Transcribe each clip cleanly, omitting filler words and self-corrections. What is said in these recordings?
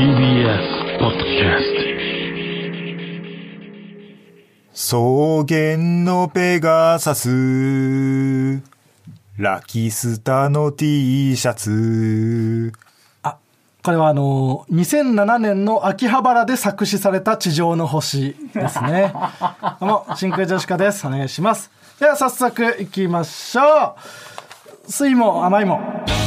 TBS ポッドキャスト。 草原のペガサス、ラキスタの T シャツ。 これは2007年の秋葉原で作詞された地上の星ですね。どうも真空ジェシカです。お願いします。では早速いきましょう。酸いも甘いも。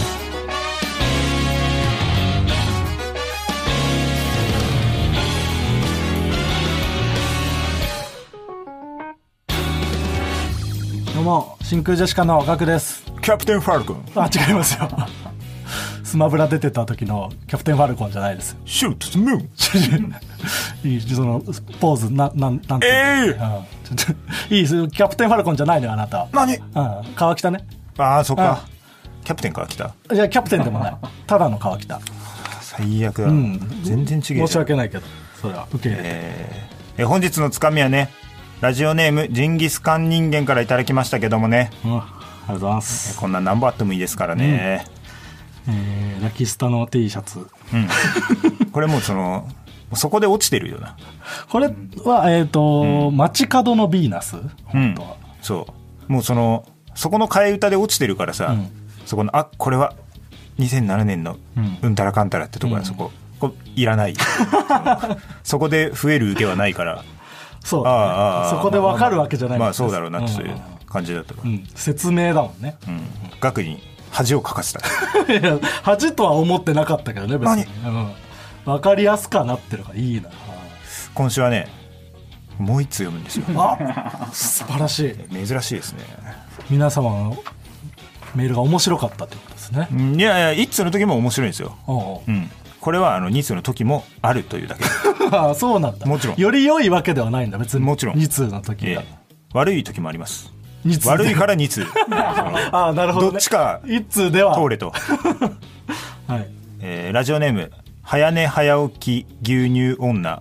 どうも真空ジェシカのガクです。 キャプテンファルコン。 違いますよ。スマブラ出てた時のキャプテンファルコンじゃないです。 シュートスムーン。 いいそのポーズなんて、いいキャプテンファルコンじゃないのよあなたは。 何？ 川北ね。 ああそっか。キャプテンから来た。 いやキャプテンでもない。ただの川北。 最悪だ。全然違う。 申し訳ないけどそれは受け入れて。 本日のつかみはね、ラジオネームジンギスカン人間からいただきましたけどもね。 ありがとうございます。 こんな何本あってもいいですからね。 ラキスタの T シャツ、 これもうそこで落ちてるよな。 これは街角のヴィーナス、本当は、 そうもうそこの替え歌で落ちてるからさ、そこのこれは2007年のうんたらかんたらってところはこいらない。そこで増える受けはないから。 そうだね、そこで分かるわけじゃない。 まあそうだろうなっていう感じだったから、 説明だもんね。 額に恥をかかせた。 いや恥とは思ってなかったけどね別に。分かりやすくなってるからいいな。 今週はねもう一通読むんですよ。 素晴らしい。 珍しいですね。 皆様のメールが面白かったということですね。 いや一通の時も面白いんですよ。これは二通の時もあるというだけ。 そうなんだ。 もちろんより良いわけではないんだ別に。 もちろん 2通の時が、 悪い時もあります。 悪いから2通。 なるほど、ね、 どっちか 1通では通れと。 はい。 ラジオネーム早寝早起き牛乳女。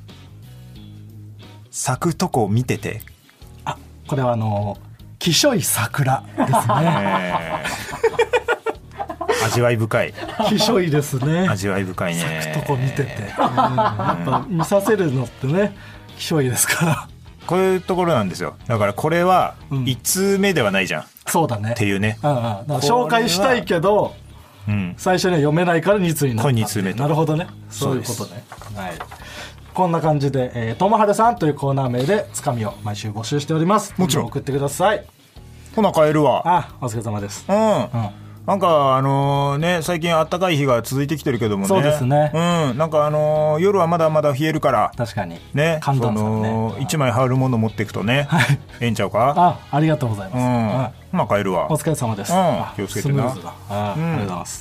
咲くとこ見てて。 これはきしょい桜ですね。 味わい深い。 きしょいですね。 味わい深いね。 咲くとこ見てて、やっぱ見させるのってねきしょいですから。 こういうところなんですよ。だからこれは1通目ではないじゃん。 そうだね。 っていうね。 紹介したいけど、最初には読めないから2通になった。 2通目と。 なるほどね。そういうことね。はい。こんな感じで、ともはるさんというコーナー名でつかみを毎週募集しております。 もちろん送ってください。 ほな帰るわ。 お疲れ様です。 なんかね最近暖かい日が続いてきてるけどもね。 そうですね。 なんか夜はまだまだ冷えるから。 確かに。 ね。 寒暖差ね。 1枚羽織るもの持っていくとね。ええんちゃうか。 ありがとうございます。 まあ帰るわ。 お疲れ様です。 気をつけてな。 スムーズだ。ありがとうございます。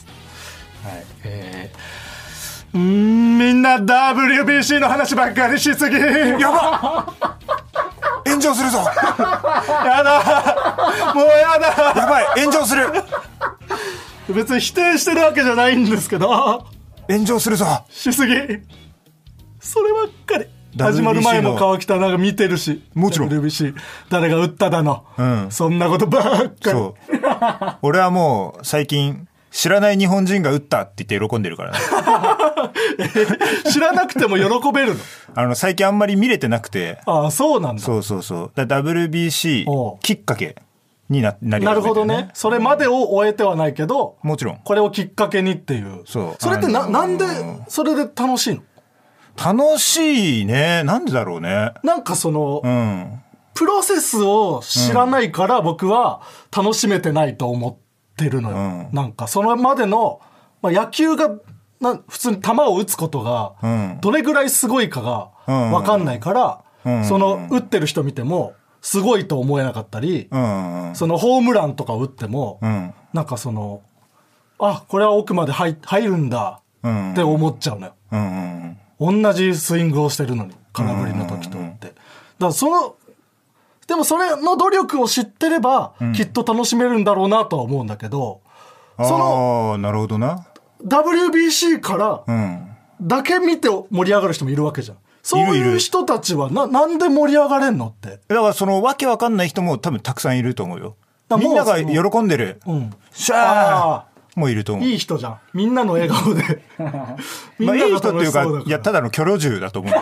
みんな WBC の話ばっかりしすぎ。 やば炎上するぞ。 やだもうやだ。 やばい炎上する。 別に否定してるわけじゃないんですけど炎上するぞ。 しすぎ。そればっかり。始まる前も川北なんか見てるし。 もちろん WBC 誰が打っただの、そんなことばっかり。 そう俺はもう最近知らない日本人が打ったって言って喜んでるからね。 知らなくても喜べるの最近あんまり見れてなくて。 そうなんだ。 そうWBC きっかけになり始めて、ね、 なるほどね。それまでを終えてはないけどもちろんこれをきっかけにっていう。それってなんでそれで楽しいの？ 楽しいね。なんでだろうね。 なんかプロセスを知らないから僕は楽しめてないと思ってるのよ。なんかそれまでの、野球が普通に球を打つことがどれぐらいすごいかが分かんないから、打ってる人見てもすごいと思えなかったり、ホームランとか打っても、なんかこれは奥まで入るんだって思っちゃうのよ。同じスイングをしてるのに空振りの時とって。だからでもそれの努力を知ってれば、きっと楽しめるんだろうなとは思うんだけど、 なるほどな。 WBC からだけ見て盛り上がる人もいるわけじゃん。そういう人たちはなんで盛り上がれんのって。 だからわけわかんない人も多分たくさんいると思うよ。みんなが喜んでる。シャーもいると思う。 いい人じゃん。みんなの笑顔でみんながいい人っていうか、 楽しそうだらいやただのキョロ銃だと思う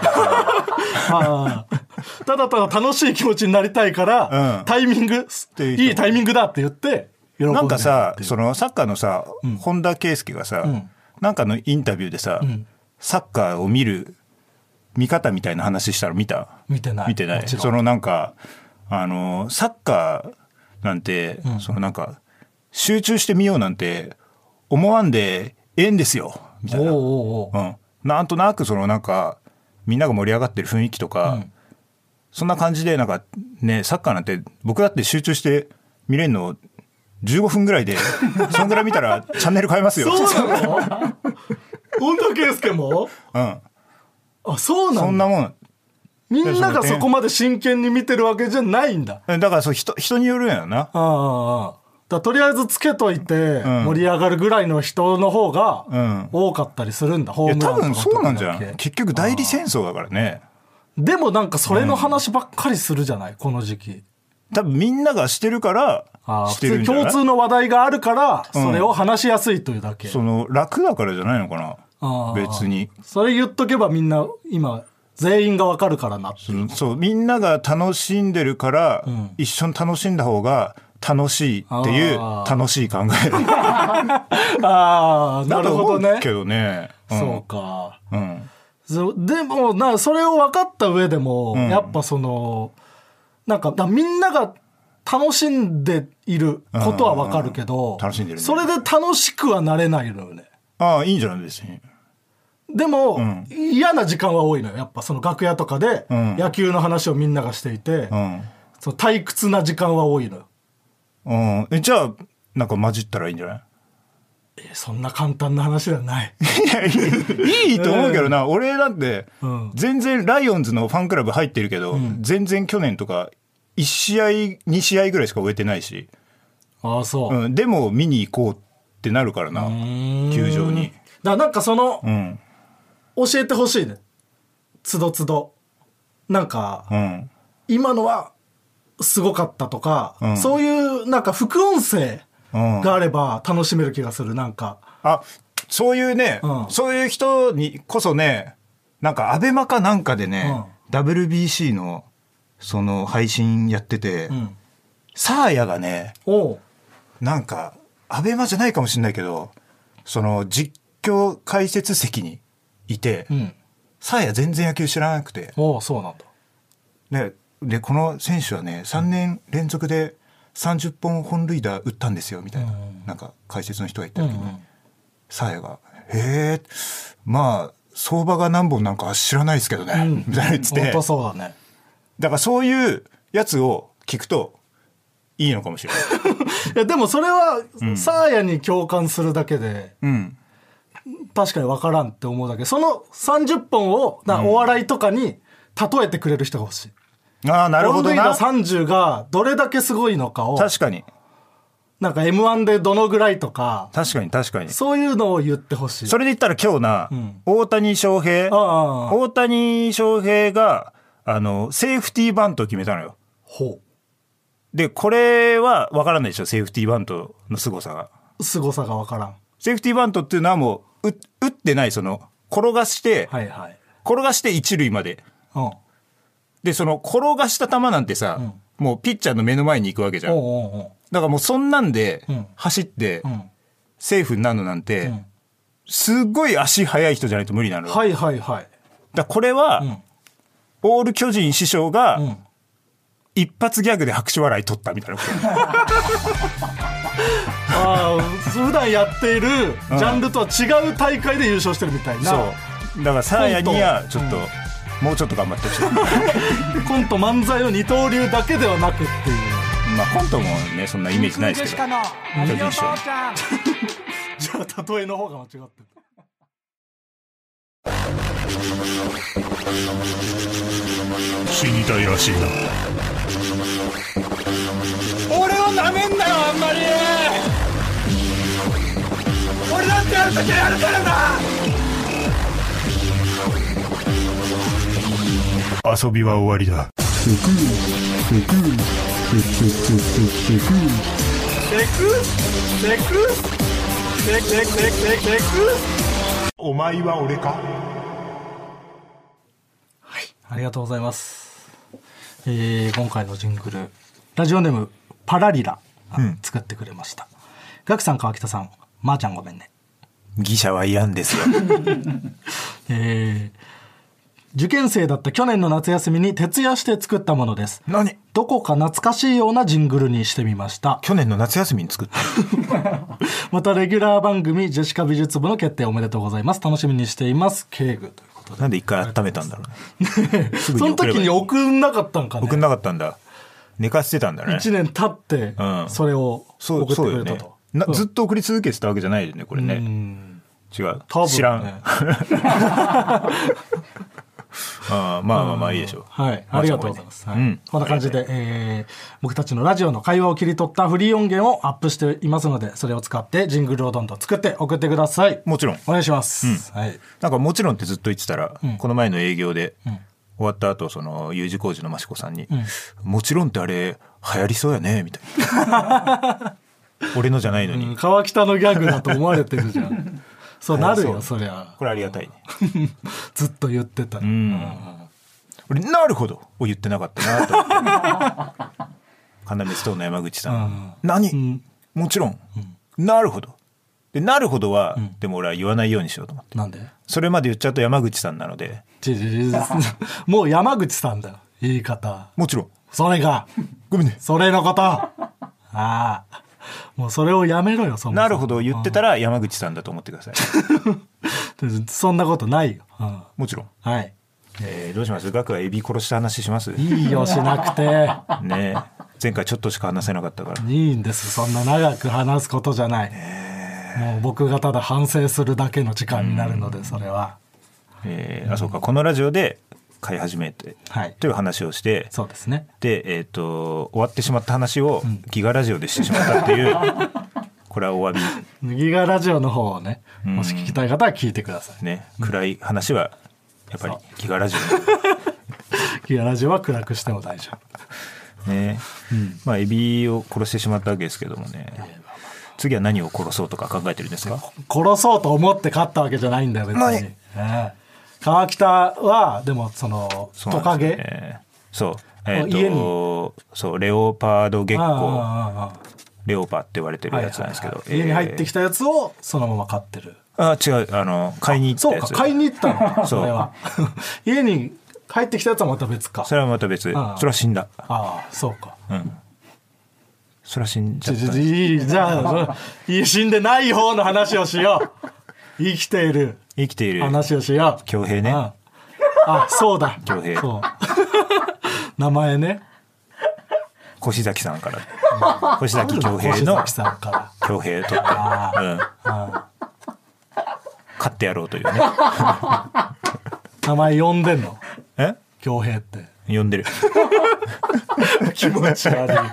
ただただ楽しい気持ちになりたいから、タイミングいいタイミングだって言って喜んでる。 なんかさ、そのサッカーのさ、本田圭佑がさ、なんかのインタビューでさ、サッカーを見る見方みたいな話したら見た？ 見てない。 見てない。そのなんかサッカーなんて、そのなんか集中してみようなんて思わんでええんですよみたいな。なんとなくそのなんかみんなが盛り上がってる雰囲気とか、そんな感じでなんかね、サッカーなんて僕だって集中して見れるの15分ぐらいでそんぐらい見たらチャンネル変えますよ。 そうなの？本田圭佑も？あ、そうなんだ。 そんなもん。 みんながそこまで真剣に見てるわけじゃないんだ。 だからそう人によるんやろな。 だとりあえずつけといて盛り上がるぐらいの人の方が多かったりするんだ。ホームランとか。多分そうなんじゃん。結局代理戦争だからね。 でもなんかそれの話ばっかりするじゃない、この時期。 多分みんながしてるからしてるんじゃない？ 共通の話題があるからそれを話しやすいというだけ。 その楽だからじゃないのかな。別にそれ言っとけばみんな今全員が分かるからなっていう。 そうみんなが楽しんでるから、一緒に楽しんだ方が楽しいっていう楽しい考えなるほどね。けどね、 そうか、でもそれを分かった上でも、やっぱそのなんかみんなが楽しんでいることは分かるけど、 楽しんでるね。 それで楽しくはなれないのよね。 いいんじゃないですね。 でも、嫌な時間は多いのよ。やっぱその楽屋とかで野球の話をみんながしていて、その退屈な時間は多いのよ。 じゃあなんか混じったらいいんじゃない？ そんな簡単な話ではない。 いいと思うけどな。俺だって全然ライオンズのファンクラブ入ってるけど、全然去年とか1試合2試合ぐらいしか終えてないし。 そう、 でも見に行こうってなるからな、球場に。 なんかその、教えてほしいね、つどつど。なんか、今のはすごかったとか、そういうなんか副音声があれば楽しめる気がする。なんかそういうね、そういう人にこそね、なんかアベマかなんかでね、WBC のその配信やってて、サーヤがね、なんかアベマじゃないかもしれないけど、その実況解説席にいて、サーヤ全然野球知らなくて、 そうなんだ。でこの選手はね3年連続で30本本塁打打ったんですよみたいな、なんか解説の人が言った時に、サーヤが「へえ、まあ相場が何本なんか知らないですけどね」みたいな言ってて、 本当そうだね。 だからそういうやつを聞くといいのかもしれない。 いやでもそれはサーヤに共感するだけで、確かに分からんって思うだけ。その30本をお笑いとかに例えてくれる人が欲しい。 なるほどな。 本塁打30がどれだけすごいのかを、 確かになんか M1 でどのぐらいとか、 確かにそういうのを言ってほしい。 それで言ったら今日な、大谷翔平がセーフティーバントを決めたのよ。でこれは分からないでしょ、セーフティーバントの凄さが分からん。 セーフティーバントっていうのはもう打ってない、その転がして一塁まで、でその転がした球なんてさ、もうピッチャーの目の前に行くわけじゃん。だからもうそんなんで走ってセーフになるのなんて、すっごい足速い人じゃないと無理なのよ。だこれは、オール巨人師匠が一発ギャグで拍手笑い取ったみたいなこと普段やっているジャンルとは違う大会で優勝してるみたいな。 そうだからサーヤにはちょっと、もうちょっと頑張ってほしい。 コント漫才の二刀流だけではなくっていう。 コントもねそんなイメージないですけど、巨人師匠じゃあ例えの方が間違ってる。 死にたいらしいな。 俺をなめんなよ、あんまり。俺だってやるときはやるからな。 遊びは終わりだ。 セクお前は俺か。 ありがとうございます。今回のジングル、ラジオネームパラリラ、作ってくれました。ガクさん、川北さん、まーちゃんごめんね。 ギシャは嫌んですよ。 受験生だった去年の夏休みに徹夜して作ったものです。 何？ どこか懐かしいようなジングルにしてみました。 去年の夏休みに作った。 またレギュラー番組ジェシカ美術部の決定おめでとうございます。楽しみにしています。ケーグということで。 なんで一回温めたんだろうね。 その時に送んなかったんかね。 送んなかったんだ。寝かしてたんだね。 1年経ってそれを送ってくれたと。 ずっと送り続けてたわけじゃないよね、これね。違う。 多分ね、 知らん。まあいいでしょう。 はい、ありがとうございます。こんな感じで、僕たちのラジオの会話を切り取ったフリー音源をアップしていますので、それを使ってジングルをどんどん作って送ってください。 もちろんお願いします。はい。 なんかもちろんってずっと言ってたら、この前の営業で終わった後、その U 字工事の益子さんに、もちろんってあれ流行りそうやねみたいな。俺のじゃないのに、 川北のギャグだと思われてるじゃん。そうなるよ、そりゃ。 これありがたいね。 ずっと言ってた。 俺なるほどを言ってなかったなと思って。カンナメストーンの山口さん、何、もちろん、なるほどで、なるほどは、でも俺は言わないようにしようと思って。 なんで？ それまで言っちゃうと山口さんなので。 もう山口さんだよ、言い方。 もちろんそれがごめんね、 それのこと。ああ、もうそれをやめろよ。そなるほど言ってたら山口さんだと思ってください。 そんなことないよ。 もちろん。 はい。 どうします？ガクはエビ殺した話します？ いいよ、しなくてね。前回ちょっとしか話せなかったから。 いいんです、そんな長く話すことじゃない。もう僕がただ反省するだけの時間になるので、それは。 そうか、このラジオで買い始めて、という話をして、 そうですね。 で、終わってしまった話をギガラジオでしてしまったっていう、これはお詫び。 ギガラジオの方をね、もし聞きたい方は聞いてください。 ね、暗い話はやっぱりギガラジオ。 ギガラジオは暗くしても大丈夫。 ね、まあエビを殺してしまったわけですけどもね。次は何を殺そうとか考えてるんですか？ 殺そうと思って勝ったわけじゃないんだよ、別に。川北はでもそのトカゲ、 家にそうレオパード月光、レオパって言われてるやつなんですけど、 家に入ってきたやつをそのまま飼ってる。 違う、買いに行ったやつ。 そうか、買いに行ったの。それは家に入ってきたやつはまた別か。 それはまた別。それは死んだ。 ああ、そうか。 それは死んじゃった。 じゃあ死んでない方の話をしよう。生きている話をしよう。 恭平ね。 そうだ、 恭平。 名前ね。 越崎さんから。越崎恭平の恭平取って、勝ってやろうというね。 名前呼んでんの？恭平って呼んでる。 気持ち悪い。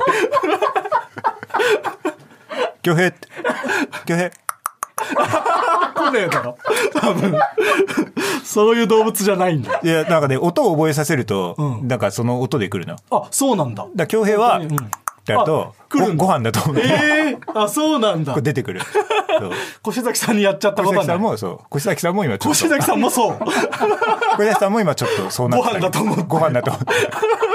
恭平って、恭平。 来ねえだろ、多分。そういう動物じゃないんだ。 いや、なんかね、音を覚えさせると、なんかその音で来るの。 あ、そうなんだ。 恭平は、だとご飯だと思う。 そうなんだ。 これ出てくる。 越崎さんにやっちゃったことはない。 越崎さんも今ちょっと。 越崎さんもそう。 越崎さんも今ちょっとそうなってた。 ご飯だと思って。 ご飯だと思って。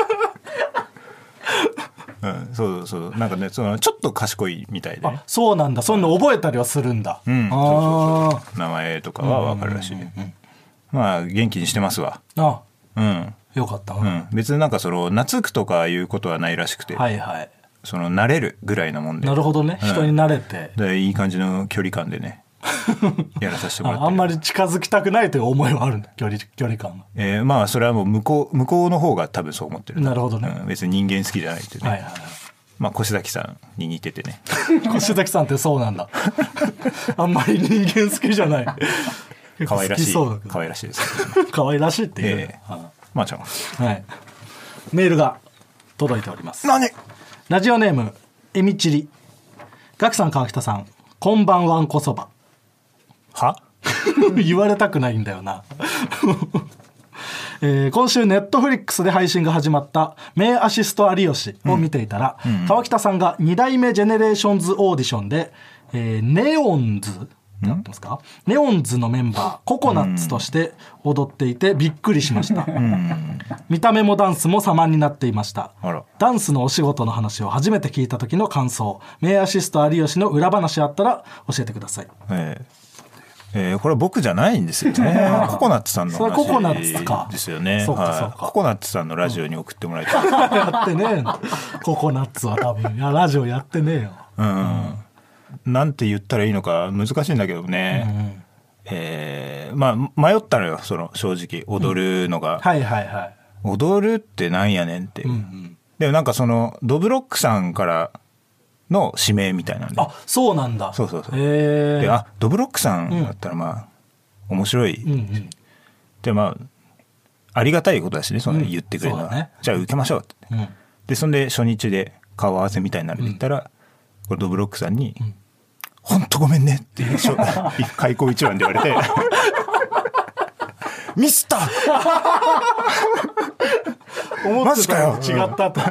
そうなんかね、ちょっと賢いみたいで、ね。 そうなんだ。そういうの覚えたりはするんだ。 そう名前とかは分かるらしい。まあ元気にしてますわ。 よかった。 別になんか懐くとかいうことはないらしくて。慣れるぐらいなもんで。 なるほどね。人に慣れて。 いい感じの距離感でね。やらさせてもらって。 あんまり近づきたくないという思いはあるんだ、距離感が。まあそれはもう向こうの方が多分そう思ってる。 なるほどね。 別に人間好きじゃないってね。まあ越崎さんに似ててね。 越崎さんってそうなんだ。あんまり人間好きじゃない。 可愛らしい。可愛らしいです。 可愛らしいっていう。 まあちゃん。 メールが届いております。 何？ ラジオネームえみちり。ガクさん、川北さん、こんばんわんこそば。 は？ 言われたくないんだよな。今週ネットフリックスで配信が始まった名アシスト有吉を見ていたら、川北さんが2代目ジェネレーションズオーディションでネオンズってますか？ネオンズのメンバーココナッツとして踊っていてびっくりしました。見た目もダンスも様になっていました。ダンスのお仕事の話を初めて聞いた時の感想、名アシスト有吉の裏話あったら教えてください。 これは僕じゃないんですよね。ココナッツさんの話ココナッツかですよね。 そうかそうか、 ココナッツさんのラジオに送ってもらいたい。 やってねえのココナッツは多分ラジオやってねえよ。 なんて言ったらいいのか難しいんだけどね、まあ迷ったのよ、その正直踊るのが、踊るってなんやねんっていう、でもなんかそのドブロックさんからの指名みたいなんで。 あ、そうなんだ。 そうで、ドブロックさんだったらまあ面白い、でまあありがたいことだしね、その言ってくれるのは、じゃあ受けましょうって、でそんで初日で顔合わせみたいになるで言ったら、これドブロックさんに「ほんとごめんね」っていう開口一番で言われて「ミスった!」 思ってたの違ったと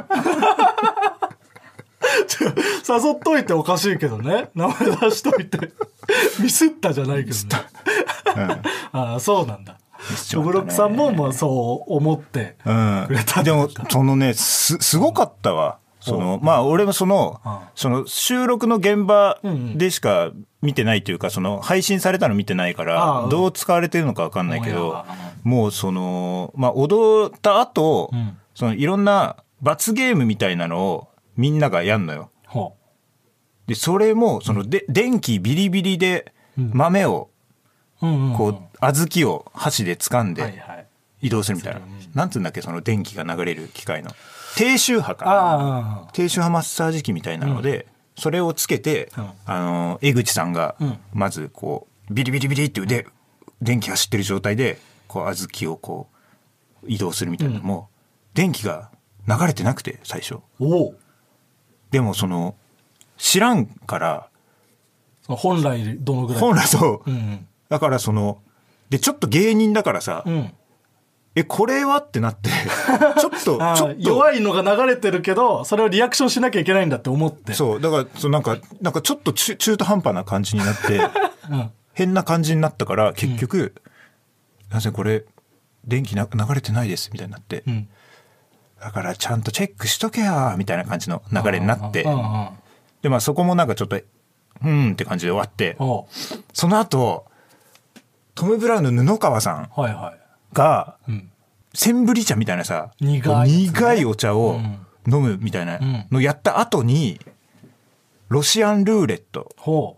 誘っといておかしいけどね、名前出しといてミスったじゃないけどね、あ、そうなんだ。ドブロックさんもまあそう思ってくれた、 でもそのねすごかったわ。そのまあ俺もその収録の現場でしか見てないというか、その配信されたの見てないからどう使われてるのか分かんないけど、もうそのまあ踊った後、そのいろんな罰ゲームみたいなのをみんながやんのよ。でそれもその電気ビリビリで豆をこう小豆を箸で掴んで移動するみたいな、なんつうんだっけ、その電気が流れる機械の低周波か、低周波マッサージ機みたいなので、それをつけて、江口さんがまずこうビリビリビリって電気走ってる状態でこう小豆をこう移動するみたいなのも、電気が流れてなくて最初。でもその知らんから、 本来どのぐらい、 本来そう、だからそのでちょっと芸人だからさ、これはってなってちょっと弱いのが流れてるけど、それをリアクションしなきゃいけないんだって思って、 そうだからなんかちょっと中途半端な感じになって、変な感じになったから、結局「なぜこれ電気流れてないです」みたいになって、だからちゃんとチェックしとけやみたいな感じの流れになって、でまあそこもなんかちょっとって感じで終わって、その後トム・ブラウンの布川さんがセンブリ茶みたいなさ、苦いお茶を飲むみたいなのやった後に、ロシアンルーレット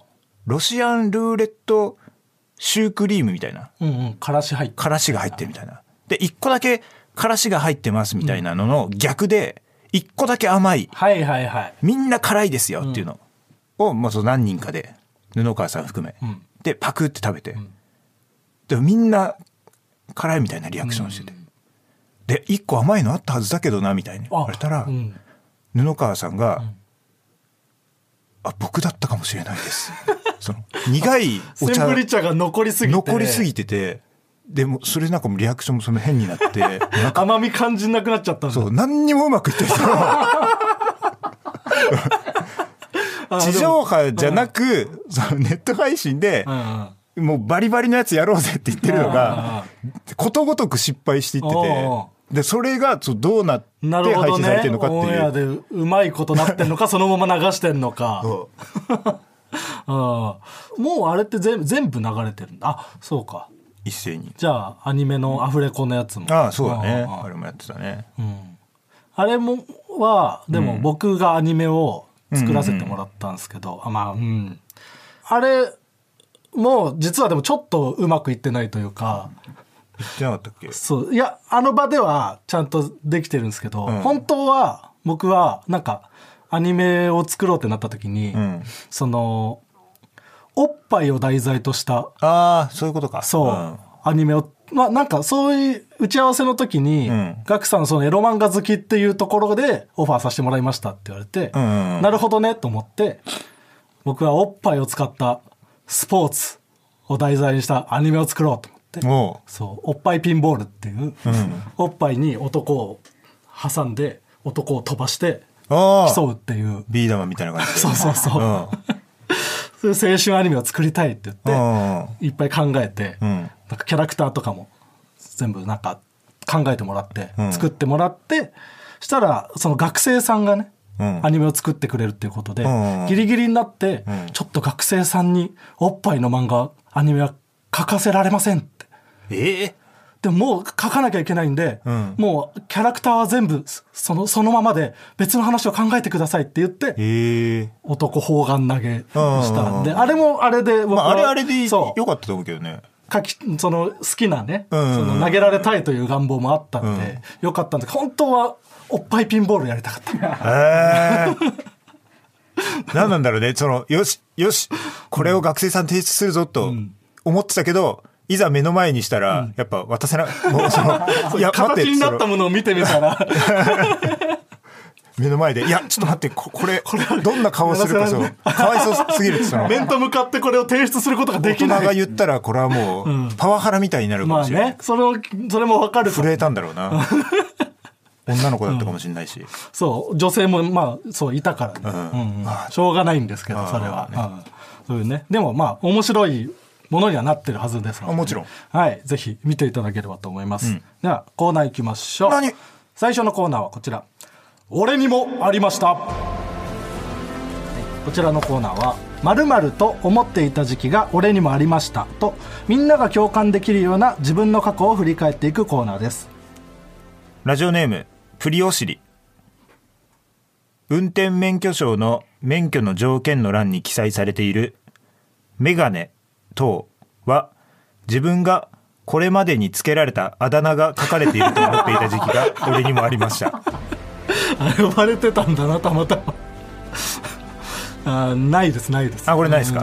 シュークリームみたいな、 からしが入ってるみたいな、で1個だけからしが入ってますみたいなのの逆で1個だけ甘い、みんな辛いですよっていうのを、まず何人かで布川さん含め、でパクって食べて、でもみんな辛いみたいなリアクションしてて、で1個甘いのあったはずだけどなみたいに言われたら、布川さんが、僕だったかもしれないですその苦いお茶、 センブリ茶が残りすぎてて、でもそれなんかもリアクションもその変になって甘み感じなくなっちゃったんだ。 そう、何にもうまくいってない地上波じゃなく、そのネット配信で、もうバリバリのやつやろうぜって言ってるのがことごとく失敗していってて、でそれがどうなって配信されてるのかっていう、 オンエアでうまいことなってんのかそのまま流してんのかもうあれって全部流れてるんだ。あ、そうか、 一斉に。 じゃあアニメのアフレコのやつも、 そうだね、あれもやってたね、 あれもはでも僕がアニメを作らせてもらったんですけど、あれもう実はでもちょっとうまくいってないというか、 言ってなかったっけ？ そう、いやあの場ではちゃんとできてるんですけど、本当は僕はなんかアニメを作ろうってなった時に、そのおっぱいを題材とした、 そういうことか、 そう、アニメを、なんかそういう打ち合わせの時に、ガクさんそのエロ漫画好きっていうところでオファーさせてもらいましたって言われて、なるほどねと思って、僕はおっぱいを使ったスポーツを題材にしたアニメを作ろうと思って、そう、おっぱいピンボールっていう、おっぱいに男を挟んで男を飛ばして競うっていうビー玉みたいな感じで、 そうそういう青春アニメを作りたいって言っていっぱい考えて、なんかキャラクターとかも全部なんか考えてもらって、作ってもらってしたらその学生さんがね、アニメを作ってくれるっていうことで、ギリギリになって、ちょっと学生さんにおっぱいの漫画アニメは描かせられませんって。でももう描かなきゃいけないんで、もうキャラクターは全部そのままで別の話を考えてくださいって言って、男砲丸投げしたんで、あれもあれで僕は、 あれでよかったと思うけどね。 その好きなね、その投げられたいという願望もあったんで、よかったんですけど、本当はおっぱいピンボールやりたかった。 何なんだろうね。よしこれを学生さん提出するぞと思ってたけど、いざ目の前にしたら、やっぱ渡せな、もういや形になったものを見てみたら目の前で、いやちょっと待って、これどんな顔をするか、かわいそうすぎるって面と向かってこれを提出することができない。 大人が言ったらこれはもうパワハラみたいになるかもしれない。 まあね、それも分かる。 震えたんだろうな。女の子だったかもしれないし、 そう女性もまあそういたからね、しょうがないんですけど、それは、そういうね。でもまあ面白いものにはなってるはずですので、 もちろん、 はい、ぜひ見ていただければと思います。ではコーナー行きましょう。最初のコーナーはこちら、俺にもありました。こちらのコーナーは〇〇と思っていた時期が俺にもありましたと、みんなが共感できるような自分の過去を振り返っていくコーナーです。 ラジオネームプリオシリ。運転免許証の免許の条件の欄に記載されているメガネ等は、自分がこれまでにつけられたあだ名が書かれていると思っていた時期が俺にもありました。 呼ばれてたんだな、たまたま。ないです。 これないですか。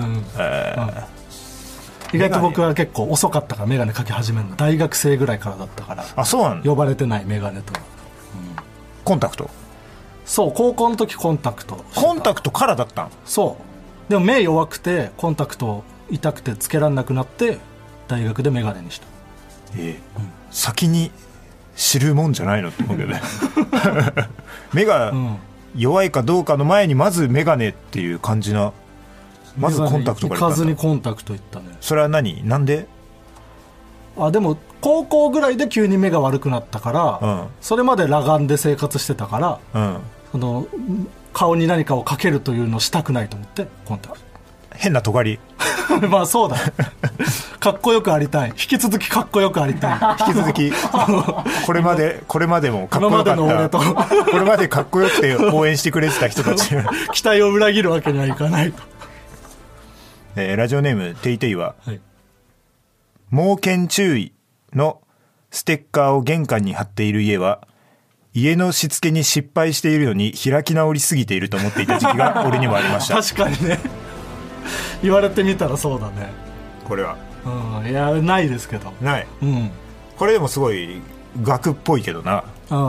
意外と僕は結構遅かったから、メガネかけ始めるの大学生ぐらいからだったから。 あ、そうなんだ。 呼ばれてないメガネと、 コンタクト。 そう、高校の時コンタクトからだったん。 そうでも目弱くてコンタクト痛くてつけられなくなって大学でメガネにした。 先に知るもんじゃないのって思うけどね。目が弱いかどうかの前にまずメガネっていう感じな。まずコンタクトから行かずにコンタクト行ったね。 それはなんで？ でも高校ぐらいで急に目が悪くなったから、それまで裸眼で生活してたから、その顔に何かをかけるというのをしたくないと思ってコンタクト。 変な尖り。 まあそうだ。かっこよくありたい。引き続きかっこよくありたい。 引き続きこれまでもかっこよかった。 これまでの俺とこれまでかっこよくて応援してくれてた人たち。 期待を裏切るわけにはいかないと。 ラジオネームテイテイは、猛犬注意のステッカーを玄関に貼っている家は、家のしつけに失敗しているのに開き直りすぎていると思っていた時期が俺にもありました。 確かにね。言われてみたらそうだね。 これは、 いやないですけど。 ない、これでもすごい学っぽいけどな。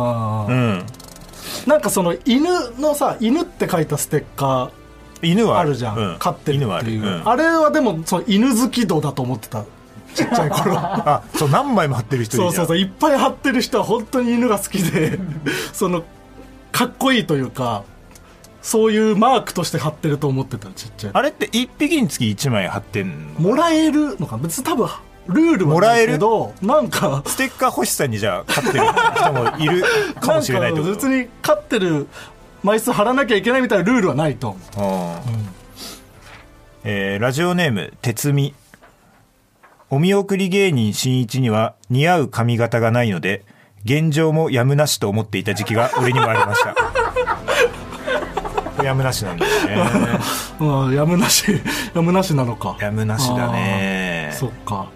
なんかその犬のさ、犬って書いたステッカー犬はあるじゃん、飼ってるっていう、あれはでもその犬好き度だと思ってた、ちっちゃい頃。 そう何枚も貼ってる人いるじゃん。 そういっぱい貼ってる人は本当に犬が好きでそのかっこいいというか、そういうマークとして貼ってると思ってた、ちっちゃい。 あれって1匹につき1枚貼ってんの？ もらえるのか別に多分ルールはないけど、なんかステッカー欲しさにじゃあ飼ってる人もいるかもしれないってこと。 別に飼ってる枚数貼らなきゃいけないみたいなルールはないと思う。ラジオネーム鉄美。お見送り芸人しんいちには似合う髪型がないので、現状もやむなしと思っていた時期が俺にもありました。やむなしなんだよね。 やむなしなのか。 やむなしだね。 そっか。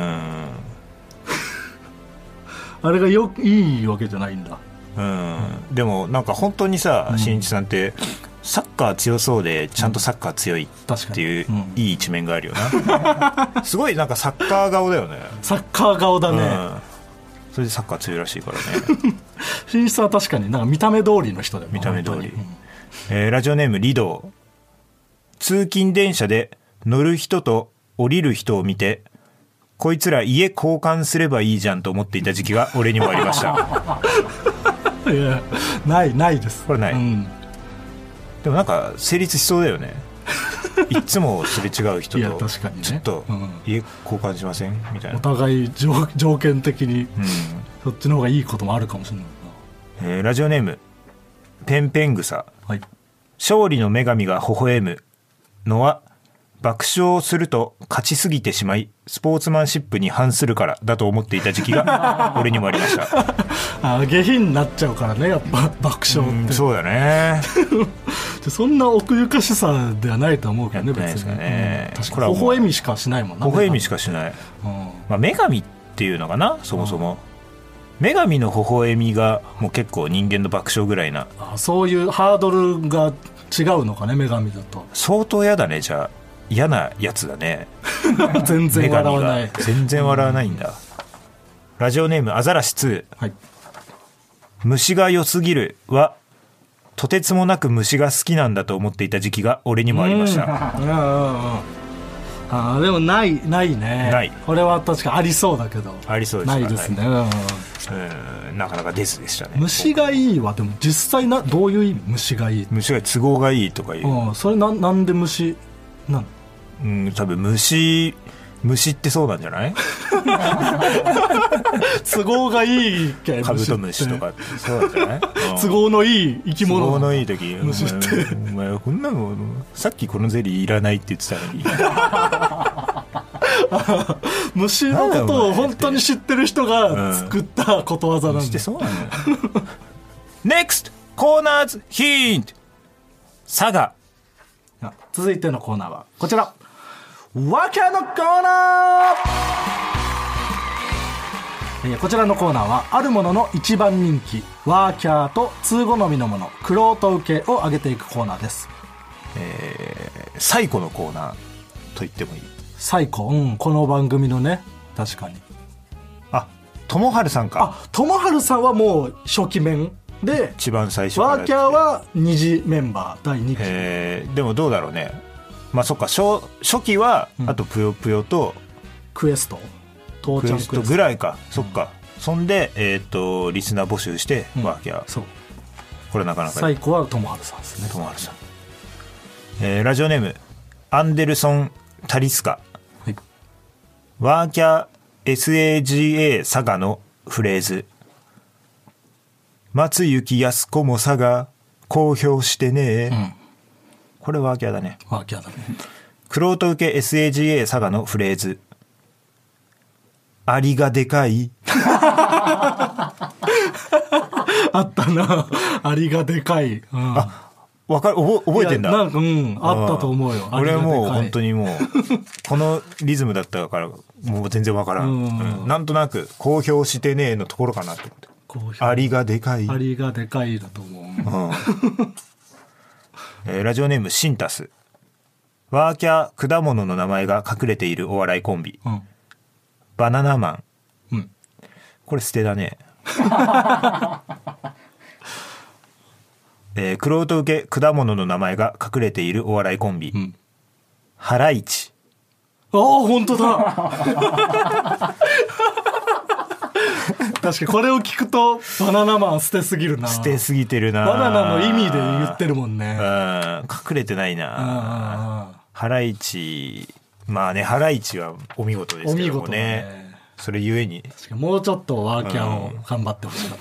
あれがいいわけじゃないんだ。 でもなんか本当にさ、しんいちさんってサッカー強そうでちゃんとサッカー強いっていう、いい一面があるよな。すごいなんかサッカー顔だよね。 サッカー顔だね。 それでサッカー強いらしいからね。 しんいちさんは確かになんか見た目通りの人だよね。 見た目通り。ラジオネームリドー。通勤電車で乗る人と降りる人を見て、こいつら家交換すればいいじゃんと思っていた時期が俺にもありました。 いや、ないです。 これない、でもなんか成立しそうだよね。 いつもすれ違う人いやと確かにねちょっと家交換しませんみたいな。 お互い条件的にそっちの方がいいこともあるかもしれないな。 ラジオネームペンペングサ、 はい、 勝利の女神が微笑むのは爆笑すると勝ちすぎてしまいスポーツマンシップに反するからだと思っていた時期が俺にもありました下品になっちゃうからね、やっぱ爆笑って。 そうだねそんな奥ゆかしさではないと思うけどね、別に、確かに微笑みしかしないもんな。 微笑みしかしない、まあ、女神っていうのかな、そもそも、女神の微笑みがもう結構人間の爆笑ぐらいな。 そういうハードルが違うのかね、女神だと。 相当嫌だね。じゃあ嫌なやつだね全然笑わない。 全然笑わないんだ。ラジオネームアザラシ2、はい、虫が良すぎるはとてつもなく虫が好きなんだと思っていた時期が俺にもありました。 でもないね。ない。これは確かありそうだけど。 ありそうです。 ないですね。 なかなかデスでしたね。 虫がいいはでも実際どういう意味？虫がいい。 虫が都合がいいとかいう。 それなんで虫なの？ 多分虫ってそうなんじゃない都合がいいけカブトムシとかそうなんじゃない都合のいい生き物。 都合のいい時虫ってお前こんなのさっきこのゼリーいらないって言ってたのに虫のことを本当に知ってる人が作ったことわざなんだ。 してそうなのよNEXT コーナーズヒント佐賀。 続いてのコーナーはこちら、ワーキャーのコーナー。こちらのコーナーはあるものの一番人気ワーキャーと通好みのもの玄人受けを上げていくコーナーです。 最古のコーナーと言ってもいい。 最古、この番組のね。確かに。 友春さんか。 友春さんはもう初期面で一番最初からワーキャーは二次メンバー第2期。 でもどうだろうね。まあそっか、初期は、あとぷよぷよとクエスト父ちゃんクエストぐらいか、そっか。そんでリスナー募集して、ワーキャー。 そう、 これなかなか最高は友春さんですね。 友春さん。ラジオネームアンデルソン・タリスカ、はい、ワーキャー SAGA 佐賀のフレーズ、松雪靖子も佐賀公表してね、これワーキャーだね。 ワーキャーだね。 玄人受け SAGA 佐賀のフレーズ、アリがでかいあったな、アリがでかい、 覚えてんだ。 なんか、あったと思うよ。 俺はもう本当にもうこのリズムだったからもう全然わからん、なんとなく公表してねえのところかなと思って。アリがでかい、 アリがでかいだと思う、ラジオネームシンタス、ワーキャー果物の名前が隠れているお笑いコンビ、バナナマン、これ捨てだね玄人受け果物の名前が隠れているお笑いコンビ、ハライチ。 本当だ確かにこれを聞くとバナナマン捨てすぎるな。 捨てすぎてるな。 バナナの意味で言ってるもんね。 隠れてないな。ハライチ、まあね、ハライチはお見事ですけどもね。それゆえに確かにもうちょっとワーキャーを頑張ってほしかった、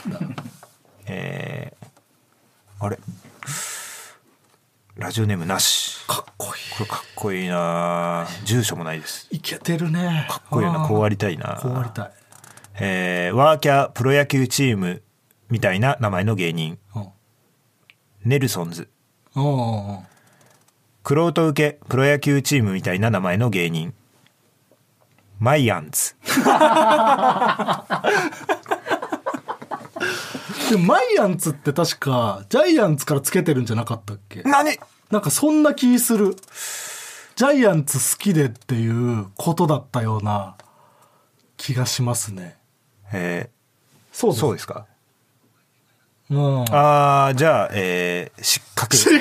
あれラジオネームなし。 かっこいい。 これかっこいいな。住所もないです。 いけてるね。 かっこいいな。こうありたいな。 こうありたい。 ワーキャープロ野球チームみたいな名前の芸人、ネルソンズ。玄人受けプロ野球チームみたいな名前の芸人、マイアンツでもマイアンツって確かジャイアンツからつけてるんじゃなかったっけ。 何？ なんかそんな気する。ジャイアンツ好きでっていうことだったような気がしますね。 そうですか。 じゃあ、失格。 玄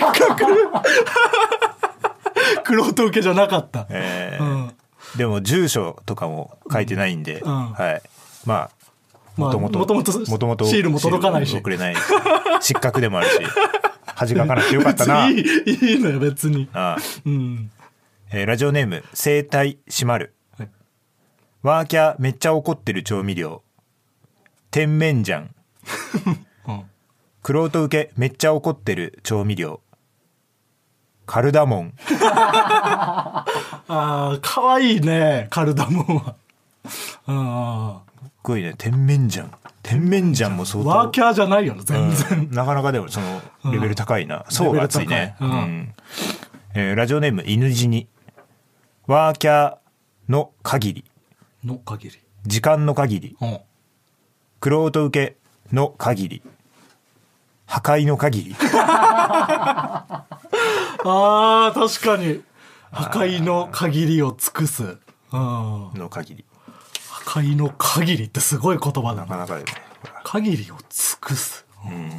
人受けじゃなかった。 でも住所とかも書いてないんで、はい。まあもともとシールも届かないし、送れない失格でもあるし、恥かかなくてよかったな。 いいのよ別に。 ラジオネーム声帯閉まる、 はい、 ワーキャーめっちゃ怒ってる調味料甜麺醤クロート受けめっちゃ怒ってる調味料カルダモンあーかわいいねカルダモンはすごいね甜麺醤も相当ワーキャーじゃないよね全然、 なかなかでもそのレベル高いな、層が厚いね、ラジオネーム犬死にワーキャーの限り時間の限りクロート受けの限り破壊の限りあー確かに破壊の限りを尽くすの限り破壊の限りってすごい言葉だなかなかだよね限りを尽くす、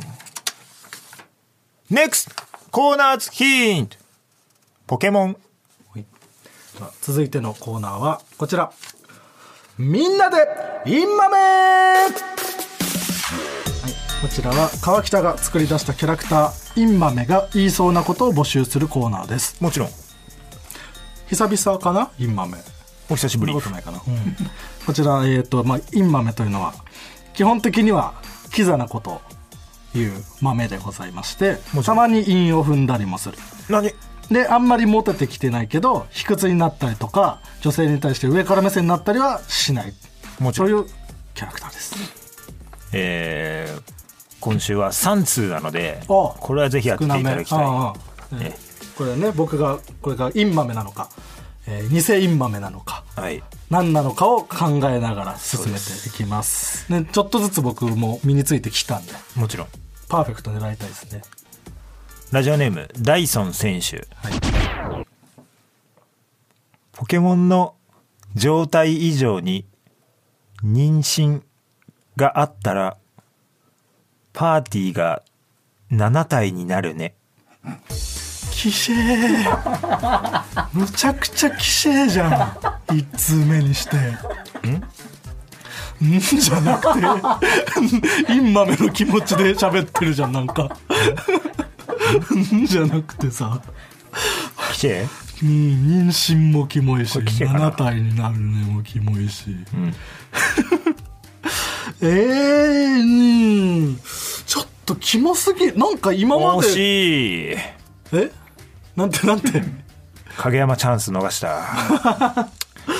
NEXT コーナーズヒントポケモン。 続いてのコーナーはこちらみんなでインマメ、はい、こちらは川北が作り出したキャラクターインマメが言いそうなことを募集するコーナーです。 もちろん久々かなインマメお久しぶりそんなことないかな、こちら、インマメというのは基本的にはキザなことを言う豆でございまして、たまに韻を踏んだりもする。 何であんまりモテてきてないけど卑屈になったりとか女性に対して上から目線になったりはしないそういうキャラクターです。 今週は3通なのでこれはぜひやっていただきたい。 これね僕がこれがインマメなのか、偽インマメなのか、 はい、 何なのかを考えながら進めていきます。ね、ちょっとずつ僕も身についてきたんでもちろんパーフェクト狙いたいですね。 ラジオネームダイソン選手、 はい、 ポケモンの状態以上に妊娠があったらパーティーが7体になるね。 キシェーむちゃくちゃキシェーじゃん1通目にしてんじゃなくてインマメの気持ちで喋ってるじゃんなんかんじゃなくてさキシェ妊娠もキモいし7体になるねもキモいし、ちょっとキモすぎなんか今まで惜しい。 なんて影山チャンス逃した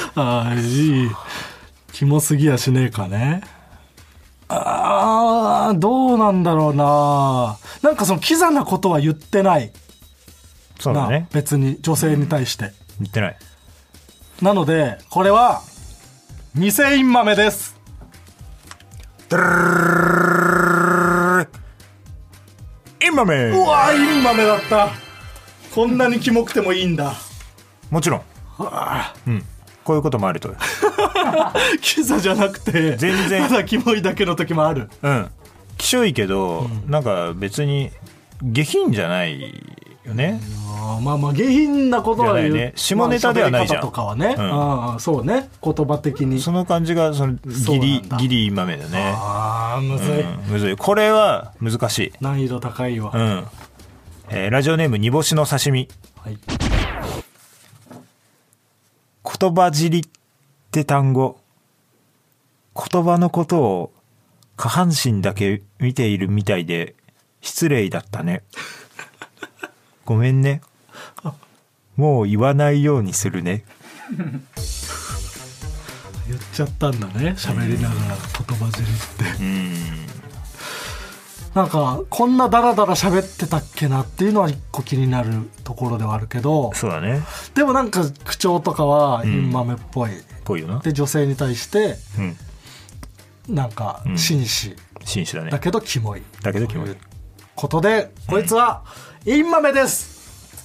キモすぎやしねえかね。どうなんだろうな。なんかそのキザなことは言ってないそうだね別に女性に対して言ってない。 なのでこれは偽インマメです。 インマメ。 うわインマメだった。こんなにキモくてもいいんだ。 もちろん、こういうこともあるとキザじゃなくて全然ただキモいだけの時もある。 きしょいけど、なんか別に下品じゃないよね。 まあ下品なことは言う、 ね、下ネタではないじゃん、 とかはね、そうね言葉的にその感じがそのギリインマメだね。 むずい、 むずい。これは難しい。 難易度高いわ。 ラジオネーム煮干しの刺身、 はい、 言葉尻って単語、言葉のことを下半身だけ見ているみたいで失礼だったね。ごめんね。もう言わないようにするね。 言っちゃったんだね喋りながら言葉尻って。なんかこんなダラダラ喋ってたっけなっていうのは一個気になるところではあるけど、 そうだね。 でもなんか口調とかはインマメっぽい、 ぽいよな。 で女性に対して、なんか紳士だね。 だけどキモいことで、こいつはインマメです。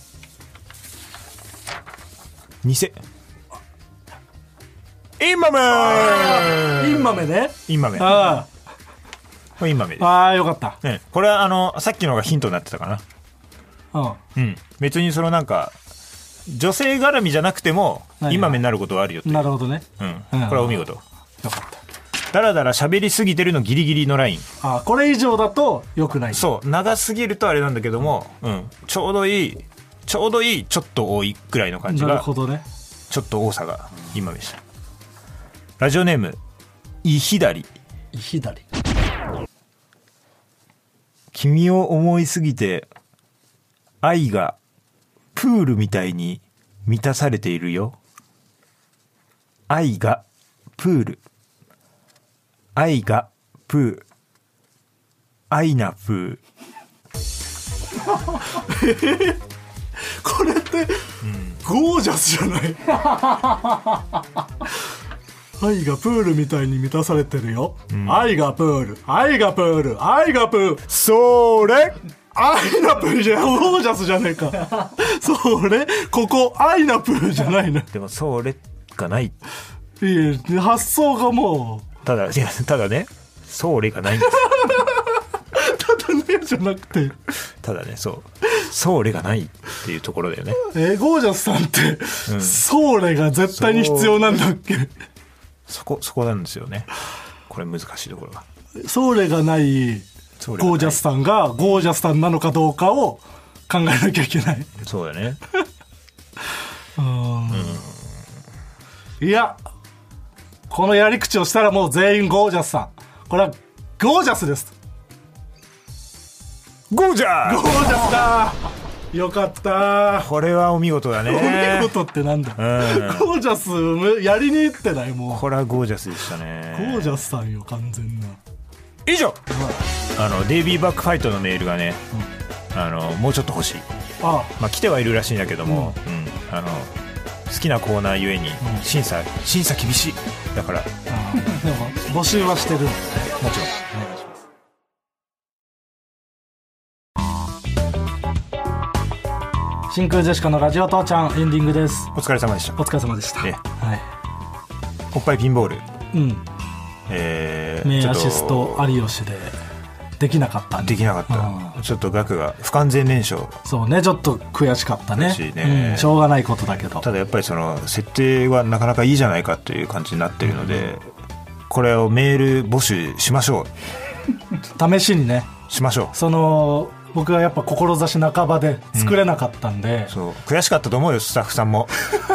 偽インマメ。 インマメね。 インマメ。これインマメです。 よかった。 これはさっきのがヒントになってたかな。別にそのなんか女性絡みじゃなくてもインマメになることはあるよって。 なるほどね。 これはお見事。 よかった。 だらだら喋りすぎてるのギリギリのライン。 これ以上だと良くない。 そう長すぎるとあれなんだけども、ちょうどいいちょうどいいちょっと多いぐらいの感じなるがほどね。 ちょっと多さが今でした。ラジオネームいひだり。 左。 君を思いすぎて愛がプールみたいに満たされているよ。愛がプール、愛がプー、愛なプー。 これって、ゴージャスじゃない。愛がプールみたいに満たされてるよ、愛がプール、愛がプール、愛がプール、 それ愛なプールじゃゴージャスじゃねえか。それここ愛なプールじゃないの。 でもそれがない。 いや発想がもうただねそれがないんです。 ただねじゃなくて、 ただねそれがないっていうところだよね。 ゴージャスさんって、それが絶対に必要なんだっけ。 そこなんですよね。これ難しいところが。 それがないゴージャスさんがゴージャスさんなのかどうかを考えなきゃいけない。 そうだね。 いやこのやり口をしたらもう全員ゴージャスさん。これはゴージャスです。 ゴージャゴージャスだ。よかった。 これはお見事だね。 お見事ってなんだ、ゴージャスやりに行ってない。もうこれはゴージャスでしたね。 ゴージャスさんよ完全な。 以上、デイビーバックファイトのメールがね、もうちょっと欲しい。来てはいるらしいんだけども、好きなコーナーゆえに審査厳しいだから。でも募集はしてるので、 もちろんお願いします。真空ジェシカのラジオ父ちゃんエンディングです。 お疲れ様でした。 お疲れ様でした。 おっぱいピンボール、 名アシスト有吉でできなかった。 ちょっと額が不完全燃焼。 そうね、ちょっと悔しかったね。しょうがないことだけど、 ただやっぱりその設定はなかなかいいじゃないかという感じになっているので、これをメール募集しましょう。試しにねしましょう。 その僕はやっぱ志半ばで作れなかったんで、 そう悔しかったと思うよスタッフさんも。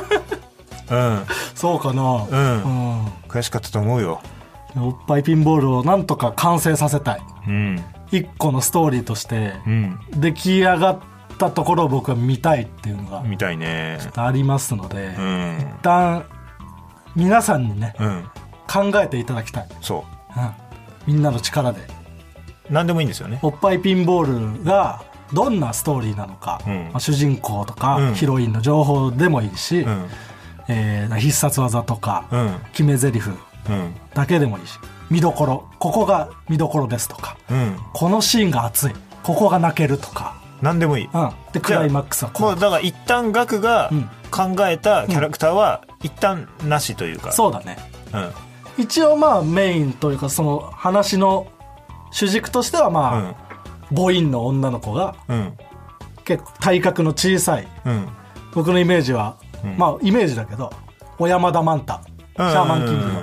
そうかな。 悔しかったと思うよ。 おっぱいピンボールをなんとか完成させたい、一個のストーリーとして出来上がったところを僕は見たいっていうのが見たいねありますので、一旦皆さんにね、考えていただきたい。 そう、 みんなの力で何でもいいんですよね。 おっぱいピンボールがどんなストーリーなのか、主人公とか、ヒロインの情報でもいいし、必殺技とか、決め台詞だけでもいいし、見どころ、ここが見どころですとか、このシーンが熱い、ここが泣けるとか何でもいい、 でクライマックスはもうだから一旦ガクが考えたキャラクターは一旦なしというか、 そうだね、一応まあメインというかその話の主軸としてはまあ、母音の女の子が、結構体格の小さい、僕のイメージは、まあイメージだけど小山田マンタ、シャーマンキングの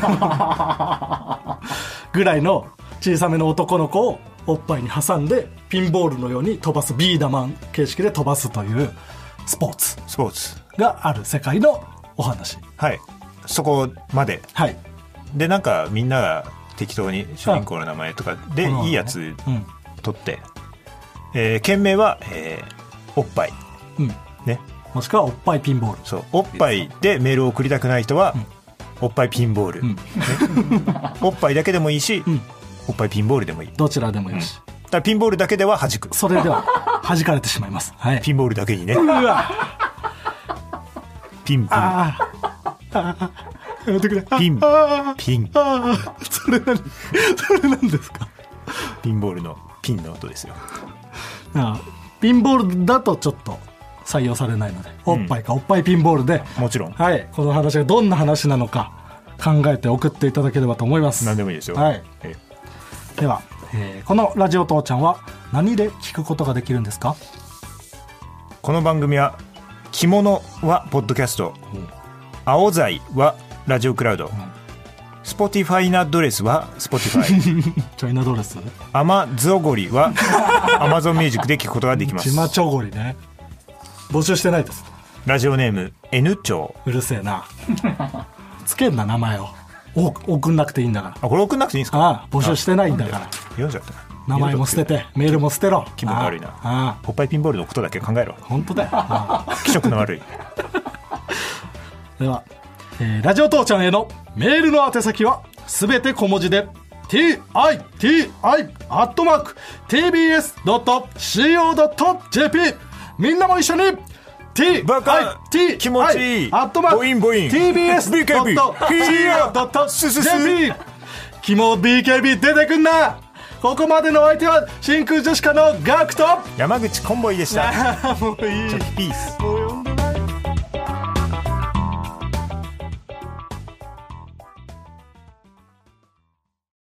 ぐらいの小さめの男の子をおっぱいに挟んでピンボールのように飛ばす、ビー玉形式で飛ばすというスポーツがある世界のお話。 はい、そこまで。はい。でなんかみんなが適当に主人公の名前とかでいいやつ取って、件名は、おっぱい、ね、 もしくはおっぱいピンボール。 そう、おっぱいでメールを送りたくない人は、おっぱいピンボール、おっぱいだけでもいいし、おっぱいピンボールでもいい、 どちらでもいいし、 だからピンボールだけでは弾く、 それでは弾かれてしまいます、はい、 ピンボールだけにね。うわピンピン、やめてくれ、ピンピン、 それ何ですか。 ピンボールのピンの音ですよ。 ピンボールだとちょっと採用されないので、おっぱいかおっぱいピンボールで、 もちろん、 はい、この話がどんな話なのか考えて送っていただければと思います。 何でもいいですよ、 はい、では、このラジオ父ちゃんは何で聞くことができるんですか。 この番組は着物はポッドキャスト、青材はラジオクラウド、スポティファイナドレスはスポティファイチャイナドレス、 アマゾゴリはアマゾンミュージックで聞くことができます。 チマチョゴリね。 募集してないです。 ラジオネーム N 町。 うるせえなつけんな名前を送んなくていいんだから。 あ、これ送んなくていいんですか？ ああ、募集してないんだから。 読んじゃった名前も捨ててメールも捨てろ。 気分が悪いな。 ああ、 ポッパイピンボールのことだけ考えろ。 本当だよ。ああ気色の悪い。 では、ラジオ父ちゃんへのメールの宛先はすべて小文字で titi@tbs.co.jp。 みんなも一緒にバカ気持ちいいボインボイン tbs.co.jp。 キモ BKB 出てくんな。ここまでのお相手は真空ジェシカのガクト山口コンボイでした。 もういい。 ピース。 もう